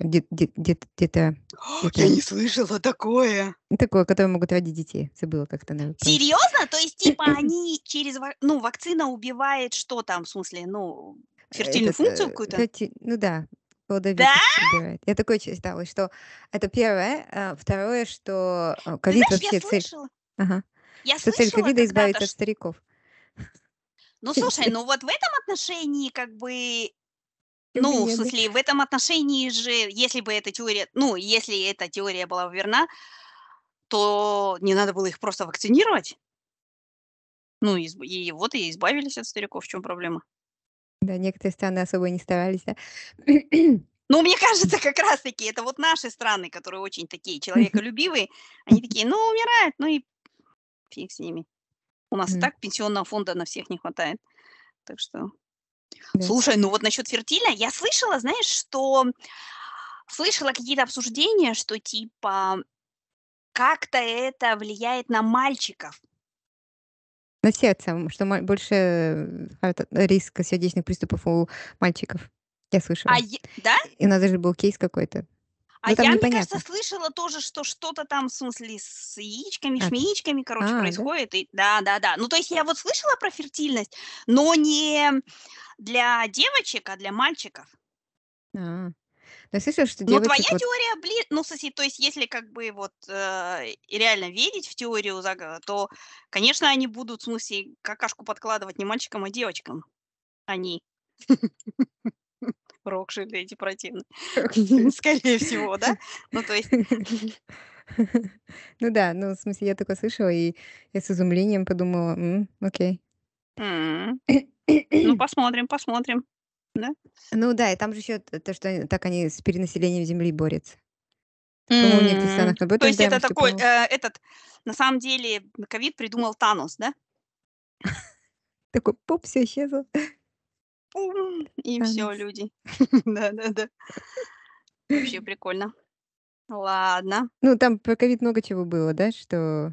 Я дето не слышала такое. такое, которые могут родить детей. Забыла, как это на по-русски. Серьезно? То есть, типа, они через, ну, вакцина убивает что там, в смысле, ну, фертильную Этот, функцию какую-то? ну да, Да? плодовитость убирает. Я такое читала, что это первое. Второе, что, Ты ковид знаешь, я вообще цель. слышала, Ага. я Что цель слышала ковида — когда-то, избавиться от стариков. ну, слушай, ну вот в этом отношении как бы, Почему бы ну, в нет, да? смысле, в этом отношении же, если бы эта теория, ну, если эта теория была верна, то не надо было их просто вакцинировать. Ну, и вот и избавились от стариков. В чем проблема? Да, некоторые страны особо не старались, да. Ну, мне кажется, как раз таки это вот наши страны, которые очень такие человеколюбивые, они такие: "Ну, умирают, ну и фиг с ними. У нас и Мгм. так пенсионного фонда на всех не хватает". Так что Да. слушай, ну вот насчет фертиля я слышала, знаешь, что слышала какие-то обсуждения, что типа как-то это влияет на мальчиков. На сердце, что больше, риска сердечных приступов у мальчиков. Я слышала. Да? И у нас даже был кейс какой-то. А Но там я, мне кажется, непонятно. слышала тоже, что что-то там, в смысле, с яичками, А, шмеичками, короче, да? происходит. И да-да-да. Ну, то есть я вот слышала про фертильность, но не для девочек, а для мальчиков. А. Но я слышала, что Но твоя девочек вот. теория, ну, в смысле, то есть если как бы вот и реально верить в теорию заговора, то, конечно, они будут, в смысле, какашку подкладывать не мальчикам, а девочкам. Они. Рокшили эти противные. Скорее всего, да? Ну, то есть Ну да, ну, в смысле, я такое слышала, и я с изумлением подумала: окей". м, ну, посмотрим, посмотрим. Да? Ну да, и там же еще то, что так они с перенаселением Земли борются. По-моему, в некоторых М. странах То наоборот есть да, это такой, выступало. этот, на самом деле, ковид придумал Танос, да? Такой поп, все исчезло. Пум, и все, Танос. люди. Да-да-да. Вообще прикольно. Ладно. Ну, там про ковид много чего было, да, что,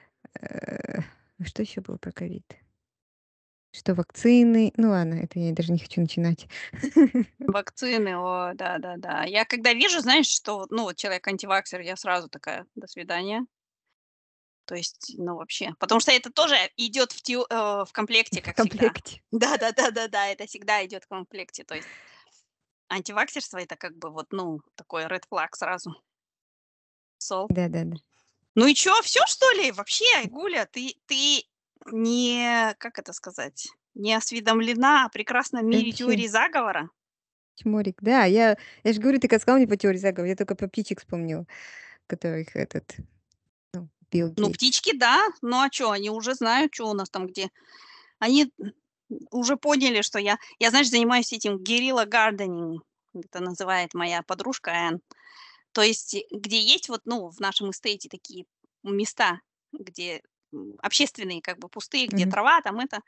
э, что еще было про ковид? Что вакцины. Ну ладно, это я даже не хочу начинать. Вакцины, о, да-да-да. Я когда вижу, знаешь, что, ну, вот человек антиваксер, я сразу такая: "До свидания". То есть, ну, вообще. Потому что это тоже идет в комплекте, В как всегда. комплекте. Да-да-да-да-да, это всегда идет в комплекте. То есть антиваксерство — это как бы вот, ну, такой ред флаг сразу. Сол. Да-да-да. Ну и чё, всё, что ли? Вообще, Айгуля, ты не, как это сказать, не осведомлена о прекрасном мире Вообще, теории заговора? чморик. Да, я же говорю, ты как сказал мне по теории заговора, я только про птичек вспомнила, которых этот, ну, Билл Ну, Гейтс. птички, да. Ну, а чё, они уже знают, чё у нас там где. Они уже поняли, что я, знаешь, занимаюсь этим guerrilla gardening. Это называет моя подружка Энн. То есть, где есть вот, ну, в нашем эстейте такие места, где, общественные, как бы пустые, где Мгм. трава, там это.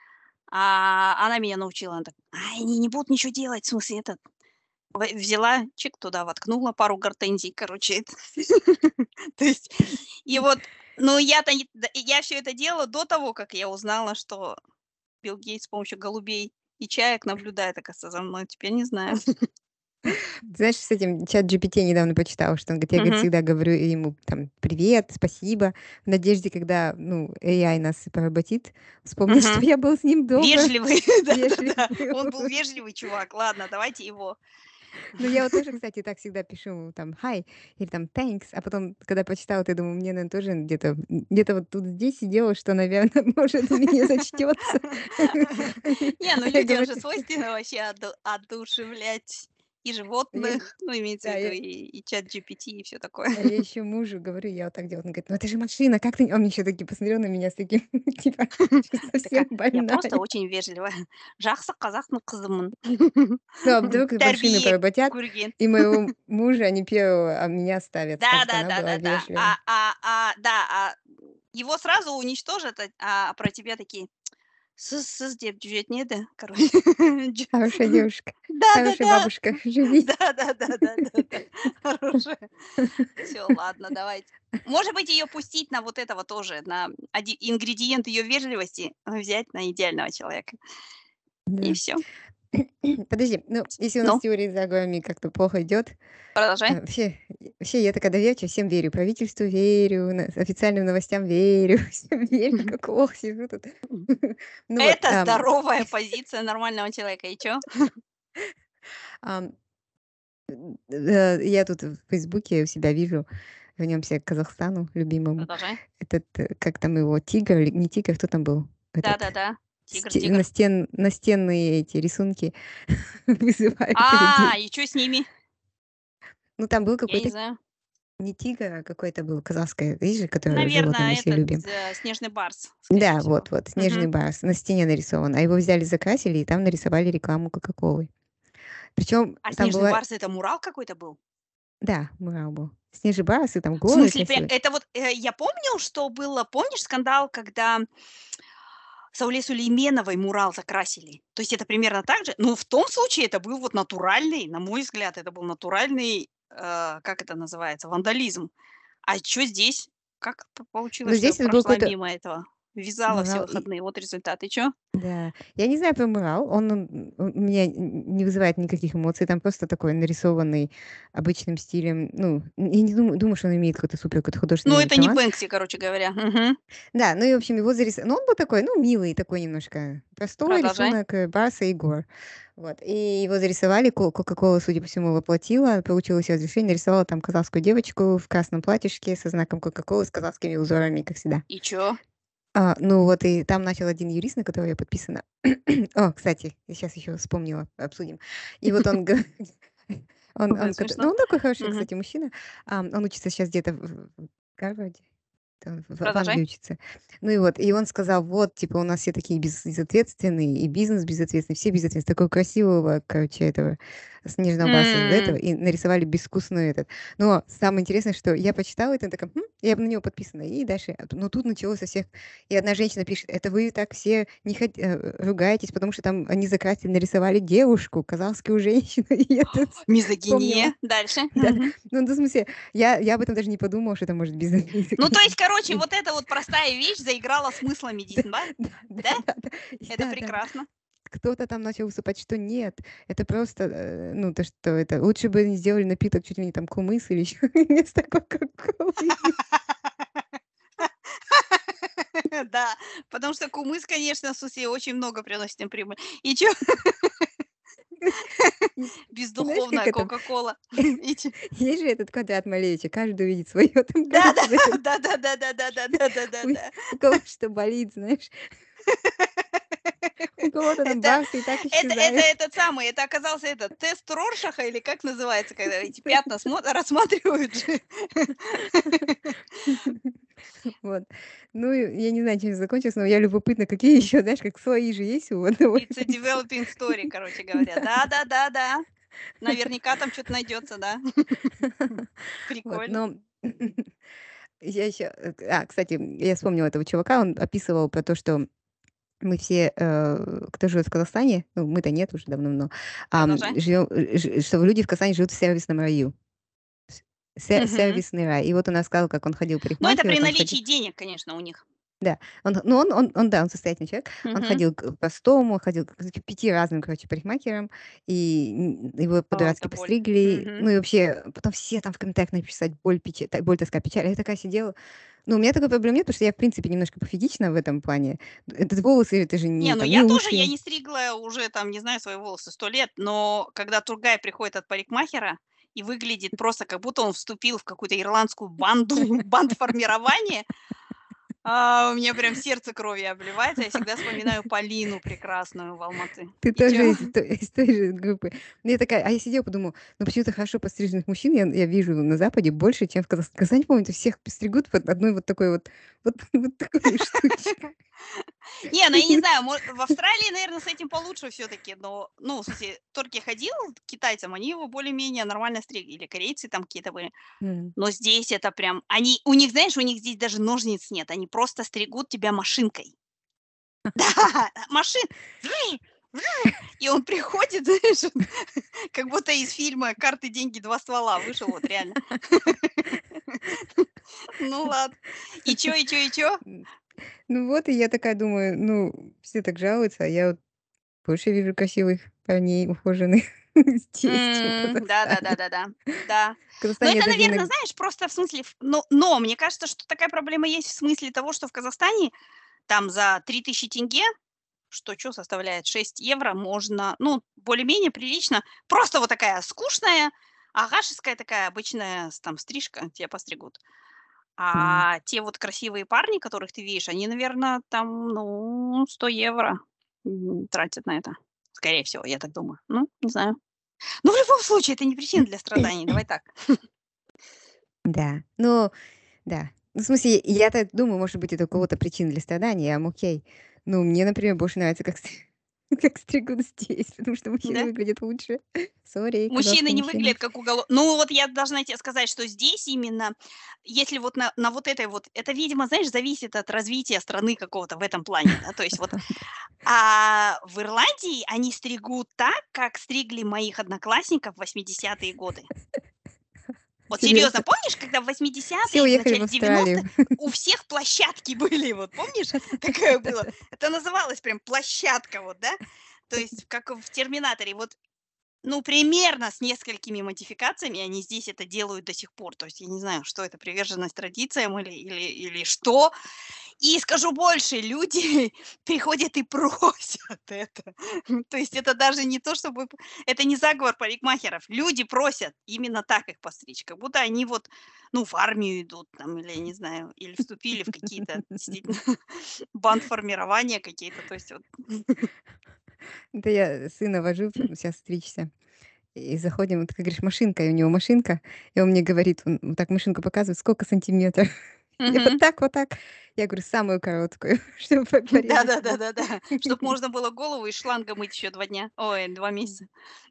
А она меня научила. Она так: "Ай, они не будут ничего делать". В смысле, этот, взяла, чик, туда воткнула пару гортензий, короче, это. То есть, и вот, ну, я-то не д я все это делала до того, как я узнала, что Билл Гейтс с помощью голубей и чаек наблюдает, оказывается, за мной. Теперь не знаю. Знаешь, с этим ChatGPT недавно почитала, что он говорит, я, говорит, Мгм. всегда говорю ему там привет, спасибо, в надежде, когда, ну, AI нас поработит, вспомнить, что Мгм. я был с ним добр, Вежливый, вежлив да-да-да. был. Он был вежливый чувак. Ладно, давайте его. Ну, я вот тоже, кстати, так всегда пишу ему там hi или там thanks, а потом, когда почитала, ты думаю, мне, наверное, тоже где-то вот тут здесь сидела, что, наверное, может, мне зачтется. Не, ну Я людям говорю, же свойственно вообще одушевлять и я, животных, ну, имеется в да, виду и чат GPT, и все такое. а я еще мужу говорю, я вот так делаю. Он говорит, ну это же машина, как ты... Он еще таки посмотрел на меня с таким, типа, что совсем Такая: "Я больная. просто очень вежливая. Жақсы қазақтың қызымын". Ну, а вдруг машины Тәрбие поработят, көрген. и моего мужа, они первого, а меня ставят, скажут, она была Да-да-да-да-да. вежливая. Да, его сразу уничтожат, а про тебя такие: С нет, да? Короче. Хорошая девушка, хорошая Да-да-да. бабушка, живи. Да-да-да-да-да-да. Хорошая. Все, ладно, давайте. Может быть, ее пустить на вот этого тоже, на ингредиент ее вежливости, взять на идеального человека. И Да. все. Подожди, ну, если у нас Ну, с теорией заговорами как-то плохо идет, продолжай. вообще я такая доверчивая, всем верю. Правительству верю, официальным новостям верю, всем верю, как лох сижу тут. Ну вот, Это здоровая позиция нормального человека. И чё? ам, я тут в "Фейсбуке" у себя вижу, вернемся к Казахстану любимому. Продолжай. Этот, как там его, тигр или не тигр, кто там был? Этот, Да-да-да. Тигр, сте тигр. настенные эти рисунки вызывают у А, людей. и чё с ними? Ну, там был Я не какой-то знаю. не тигр, а какой-то был казахское, видишь же, которое животное мы Наверное, все этот, любим. снежный барс, скорее Да, всего. вот, снежный Мгм. барс на стене нарисован, а его взяли, закрасили, и там нарисовали рекламу "Кока-колы". Причем А там снежный была барс — это мурал какой-то был? да, мурал был. Снежный барс, и там В горы смысле, красивые. это вот, я помню, что было, помнишь скандал, когда Сауле Сулейменовой мурал закрасили? То есть это примерно так же? Ну, в том случае это был вот натуральный, на мой взгляд, это был натуральный, как это называется, вандализм. А чё здесь? Как Но получилось, что я здесь это был прошла какой-то мимо этого? Вязала все мурал. выходные. Вот результат. И чё? Да, я не знаю про мурал, он у меня не вызывает никаких эмоций, там просто такой нарисованный обычным стилем. Ну, я не думаю, что он имеет какой-то супер какой-то Ну, художественный это не талант. Бэнкси, короче говоря. Мгм. Да, ну и, в общем, его ну, он был такой, ну, милый такой немножко, простой Продолжай. рисунок Барса и гор. Вот, и его зарисовали, Кока-кола, судя по всему, воплотила, получилось её разрешение, нарисовала там казахскую девочку в красном платьишке со знаком Кока-колы, с казахскими узорами, как всегда. И чё? Ну вот, и там начал один юрист, на которого я подписана. О, кстати, я сейчас еще вспомнила, обсудим. И вот он говорит, Смешно. ну, он такой хороший, Мгм. кстати, мужчина. Он учится сейчас где-то в Гарварде, там в Продолжай. Англии учится. Ну и вот, и он сказал: "Вот, типа, у нас все такие безответственные, и бизнес безответственный, все безответственные". Такого красивого, короче, этого снежного барса из этого, М. и нарисовали безвкусную этот. Но самое интересное, что я почитала это, и такая: я на него подписана". И дальше, но тут началось со всех. И одна женщина пишет: "Это вы так все не ругаетесь, потому что там они закрасили, нарисовали девушку, казахскую женщину". И это вспомнила. Мизогиния. Дальше. Да, Мгм. ну, в смысле, я об этом даже не подумала, что это может без Ну, то есть, короче, И вот эта вот простая вещь заиграла смыслами да, Диснба, да, да? да-да-да, Это да-да-да. прекрасно. Кто-то там начал выступать, что нет, это просто, ну, то, что это лучше бы они сделали напиток чуть ли не там кумыс или еще вместо "Кока-колы". Да, потому что кумыс, конечно, в смысле, очень много приносит им прибыль. И чё? И знаешь, как Бездуховная это, "Кока-кола". И чё? есть же этот квадрат малевича, каждый увидит свое там, Да-да, короче, в этом, у да-да-да-да-да-да-да-да-да-да. у кого что болит, знаешь, у кого-то там Это бафы и так это исчезают. этот самый, это оказался этот тест Роршаха или как называется, когда эти пятна рассматривают же. Вот. Ну, я не знаю, чем закончилось, но я любопытна, какие еще, знаешь, как свои же есть у одного It's a из этих. developing story, короче говоря. Да. Да-да-да-да. Наверняка там что то найдется, да. Вот, Прикольно. но я еще, кстати, я вспомнила этого чувака, он описывал про то, что мы все, кто живет в Казахстане, ну, мы-то нет уже давно, Продолжай. живем, что люди в Казахстане живут в сервисном раю. Мгм. Сервисный рай. И вот он рассказал, как он ходил к Ну, это парикмахеру, при там ходил. наличии денег, конечно, у них. Да, ну, он состоятельный человек. Он Мгм. ходил к простому, ходил к 5 разным, короче, парикмахерам, и его О, это по-дурацки боль. постригли. Мгм. Ну и вообще, потом все там в комментариях написать боль, тоска, печаль. А я такая сидела. Ну, у меня такой проблемы нет, потому что я, в принципе, немножко пофигична в этом плане. Этот волосы, это же Не, не ну там, не я тоже, я уши. не стригла уже там, не знаю, свои волосы 100 лет, но когда тургай приходит от парикмахера и выглядит просто, как будто он вступил в какую-то ирландскую банду, бандформирование, у меня прям сердце кровью обливается. Я всегда вспоминаю Полину прекрасную в Алматы. Ты И чё? тоже из той же группы. Ну, я такая, я сидела, подумала, ну, почему-то хорошо постриженных мужчин я вижу на Западе больше, чем в Казахстане. В Казахстане, помню, всех стригут вот одной вот такой вот такой штучкой. Не, ну я не знаю, в Австралии, наверное, с этим получше все-таки, но, ну, в смысле, Торки ходил к китайцам, они его более-менее нормально стригли, или корейцы там какие-то были. М. Но здесь это прям, у них, знаешь, у них здесь даже ножниц нет, они просто стригут тебя машинкой. Да, машин. Вжж, вжж. И он приходит, знаешь, он как будто из фильма "Карты, деньги, два ствола" вышел, вот реально. Ну ладно. И чё, и чё, и чё? М, Ну вот, и я такая думаю, ну, все так жалуются, а я вот больше вижу красивых парней, ухоженных здесь, чем в Казахстане. Да-да-да-да-да. Да. В Но Казахстане это, я даже наверно, иногда... знаешь, просто в смысле но мне кажется, что такая проблема есть в смысле того, что в Казахстане там за 3000 тенге, что чё составляет 6 евро, можно, ну, более-менее прилично, просто вот такая скучная, агашеская такая обычная там стрижка, тебя постригут. А те вот красивые парни, которых ты видишь, они, наверно, там, ну, 100 евро, тратят на это. Скорее всего, я так думаю. Ну, не знаю. Но в любом случае это не причина для страданий, давай так. Да, ну да. Ну, в смысле, я так думаю, может быть, это у кого-то причина для страданий, окей. Ну, мне, например, больше нравится, как, как стригут здесь, потому что мужчины Да? выглядят лучше. Сори, Мужчины казахские не мужчины. выглядят как ну, вот я должна тебе сказать, что здесь именно, если вот на вот этой вот это, видимо, знаешь, зависит от развития страны какого-то в этом плане, да. То есть вот, в Ирландии они стригут так, как стригли моих одноклассников в 80-е годы. Вот серьезно, Серьезно. помнишь, когда в Все 80-е, в уехали в начале 90-х Австралию. у всех площадки были, вот помнишь, такое было? Это называлось прям площадка, вот, да? То есть как в "Терминаторе". Вот, ну, примерно с несколькими модификациями они здесь это делают до сих пор. То есть я не знаю, что это, приверженность традициям или что. И скажу больше, люди приходят и просят это. То есть это даже не то, чтобы это не заговор парикмахеров. Люди просят именно так их постричь, как будто они вот, ну, в армию идут там или, я не знаю, или вступили в какие-то действительно бандформирования какие-то. То есть вот Это я сына вожу сейчас стричься. И заходим, вот, как говоришь, машинка, и у него машинка, и он мне говорит, он вот так машинку показывает, сколько сантиметров. Я вот Мгм. так, вот так. Я говорю, самую короткую, чтобы порезать себе. Да-да-да-да-да. Чтоб можно было голову из шланга мыть еще 2 дня. Ой, 2 месяца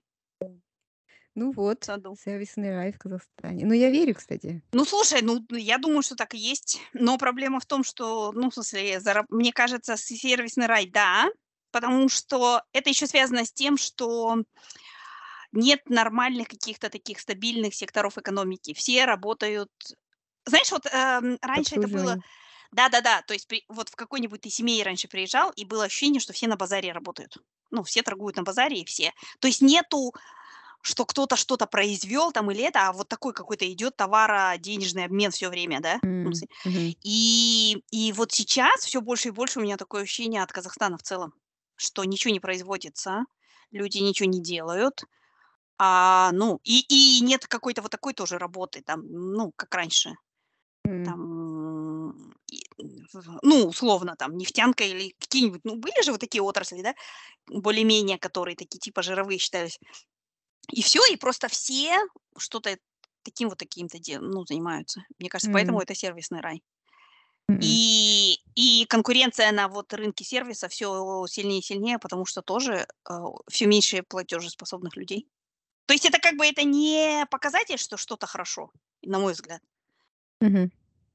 Ну в вот, саду. сервисный рай в Казахстане. Ну, я верю, кстати. Ну, слушай, ну, я думаю, что так и есть. Но проблема в том, что, ну, в смысле, мне кажется, сервисный рай, да, потому что это еще связано с тем, что нет нормальных каких-то таких стабильных секторов экономики. Все работают. Знаешь, вот По раньше это было. обслуживанию. Да-да-да, то есть вот в какой-нибудь ты семье раньше приезжал, и было ощущение, что все на базаре работают. Ну, все торгуют на базаре, и все. То есть нету, что кто-то что-то произвел там или это, а вот такой какой-то идет товаро-денежный обмен все время, да? Ну, Мгм. и вот сейчас все больше и больше у меня такое ощущение от Казахстана в целом, что ничего не производится, люди ничего не делают, ну, и нет какой-то вот такой тоже работы там, ну, как раньше. М. Там, ну, условно, там нефтянка или какие-нибудь, ну, были же вот такие отрасли, да, более-менее, которые такие типа жировые считались. И все, и просто все что-то таким вот таким-то ну, занимаются. Мне кажется, поэтому М. это сервисный рай. М. И конкуренция на вот рынке сервиса все сильнее и сильнее, потому что тоже, все меньше платежеспособных людей. То есть это как бы это не показатель, что что-то хорошо, на мой взгляд. Мгм.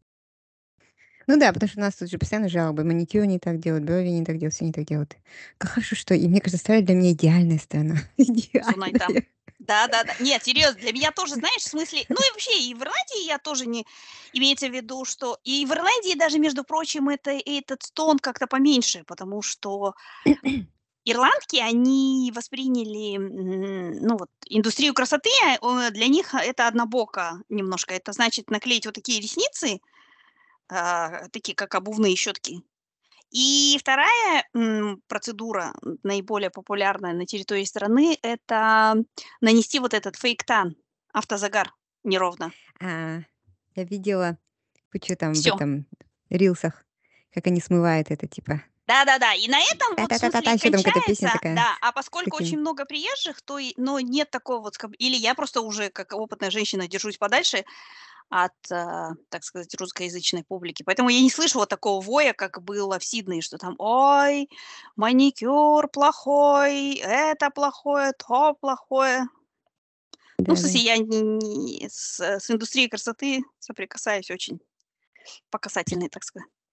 Ну да, потому что у нас тут же постоянно жалобы. Маникюр не так делают, брови не так делают, все не так делают. Как хорошо, что... И мне кажется, Австралия для меня идеальная страна. Зунайта. Идеальная. Да-да-да. Нет, серьезно, для меня тоже, знаешь, в смысле, ну и вообще, и в Ирландии я тоже не имеется в виду, что и в Ирландии даже, между прочим, этот стон как-то поменьше, потому что ирландки, они восприняли, ну вот, индустрию красоты, для них это однобоко немножко. Это значит наклеить вот такие ресницы, такие как обувные щетки. И вторая процедура, наиболее популярная на территории страны, это нанести вот этот фейк-тан, автозагар неровно. А, я видела кучу там в Все. этом рилсах, как они смывают это, типа Да-да-да. И на этом вот, в смысле, та-та-та-та-та, еще там какая-то песня кончается, такая да. А с поскольку таким. очень много приезжих, то но нет такого вот или я просто уже, как опытная женщина, держусь подальше от, так сказать, русскоязычной публики. Поэтому я не слышу вот такого воя, как было в Сиднее, что там: "Ой, маникюр плохой, это плохое, то плохое". Ну, в Да-да. смысле, я не с индустрией красоты соприкасаюсь очень по касательной, так сказать.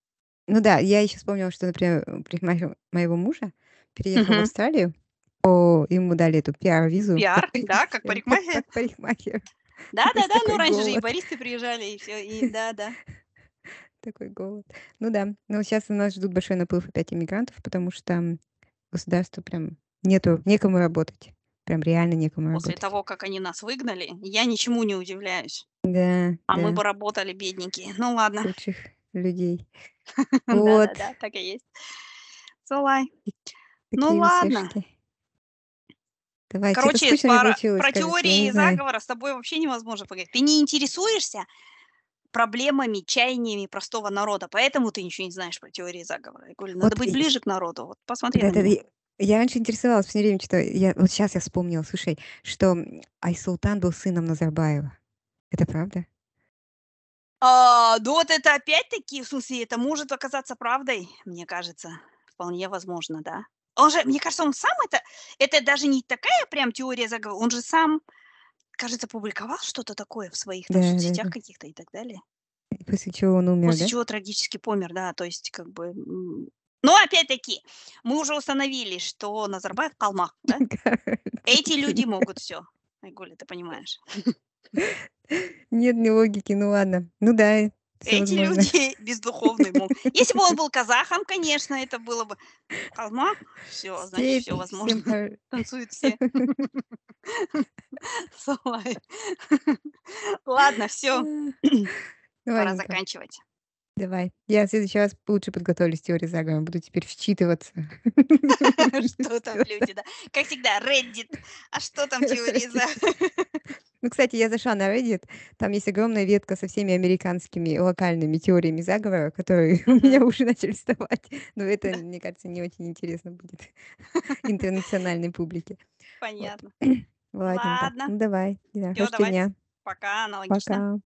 Ну да, я еще вспомнила, что, например, парикмахер моего мужа переехал в Мгм. Австралию. Ему дали эту пиар-визу Пиар, да, как парикмахер. как парикмахер. Просто Да-да-да, ну такой раньше же и голод. баристы приезжали, и все, и да-да. Такой голод. Ну да. Но сейчас нас ждут большой наплыв опять иммигрантов, потому что государству прям некому работать. Прям реально некому После работать. того, как они нас выгнали, я ничему не удивляюсь. Да, А мы да, бы работали, бедненькие. Ну ладно. лучших людей. Вот. Да-да-да, так и есть. Солай. Ну Такие ладно. насмешки. Давай, что-то Короче, скучно мне получилось, про кажется, я не теории знаю. заговора с тобой вообще невозможно поговорить. Ты не интересуешься проблемами, чаяниями простого народа, поэтому ты ничего не знаешь про теории заговора. Я говорю, надо Вот быть ближе к народу. Вот посмотри на да-да-да, меня. я раньше интересовалась, всё время читала. Вот сейчас я вспомнила, слушай, что, Айсултан был сыном Назарбаева. Это правда? Ну вот это опять-таки, в смысле, это может оказаться правдой, мне кажется. Вполне возможно, да. Он же, мне кажется, он сам это даже не такая прям теория заговора, он же сам, кажется, публиковал что-то такое в своих там соцсетях Да-да-да. каких-то и так далее. После чего он умер, После да? чего трагически помер, да, то есть как бы, но опять-таки, мы уже установили, что Назарбаев калмак, да? Эти люди могут все. Айгуль, ты понимаешь. Нет ни логики, ну ладно. Ну да, все Эти возможно. люди бездуховные могут. Если бы он был казахом, конечно, это было бы калмак, все, значит, Степь, все всем возможно. хо Танцуют все. Салай. Ладно, все, пора Ладненько, заканчивать. давай. Я в следующий раз лучше подготовлюсь к теории заговора, буду теперь вчитываться. Что там Что там. люди, да? Как всегда, Reddit. А что там теории заговора? Ну, кстати, я зашла на Reddit, там есть огромная ветка со всеми американскими локальными теориями заговора, которые у меня Мгм. уже начали вставать. Но это, Да, мне кажется, не очень интересно будет интернациональной публике. Вот. понятно. Ладненько. Ладно. Ну, давай. Да, Все, хорошего тебе давай. дня. Пока, аналогично. Пока.